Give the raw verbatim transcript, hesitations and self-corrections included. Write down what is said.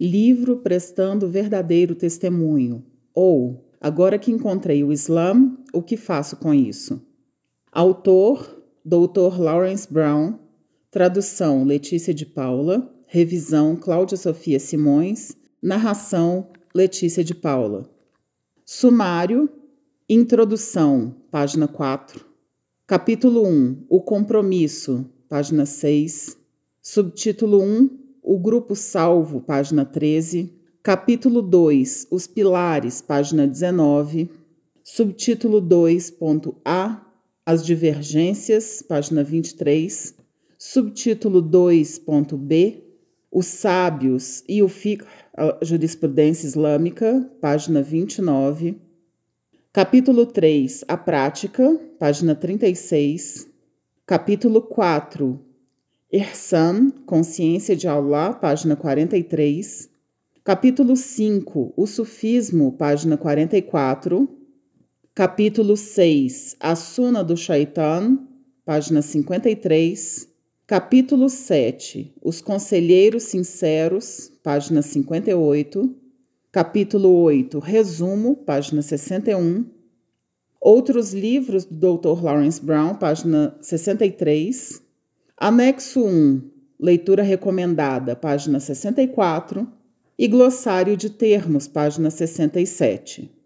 livro prestando verdadeiro testemunho, ou agora que encontrei o Islã, o que faço com isso? Autor, doutor Lawrence Brown, tradução Letícia de Paula, revisão Cláudia Sofia Simões, narração Letícia de Paula. Sumário, introdução, página quatro. Capítulo um, o compromisso, página seis. Subtítulo um, o grupo salvo, página treze. Capítulo dois, os pilares, página dezenove. Subtítulo dois ponto A, as divergências, página vinte e três. Subtítulo dois ponto B, os sábios e o fiqh, a jurisprudência islâmica, página vinte e nove. Capítulo três, a prática, página trinta e seis. Capítulo quatro, Ihsan, consciência de Allah, página quarenta e três. Capítulo cinco, o sufismo, página quarenta e quatro. Capítulo seis, a Suna do Shaitan, página cinquenta e três. Capítulo sete, os conselheiros sinceros, página cinquenta e oito. Capítulo oito, resumo, página sessenta e um. Outros livros do doutor Lawrence Brown, página sessenta e três. Anexo um, leitura recomendada, página sessenta e quatro. E glossário de termos, página sessenta e sete.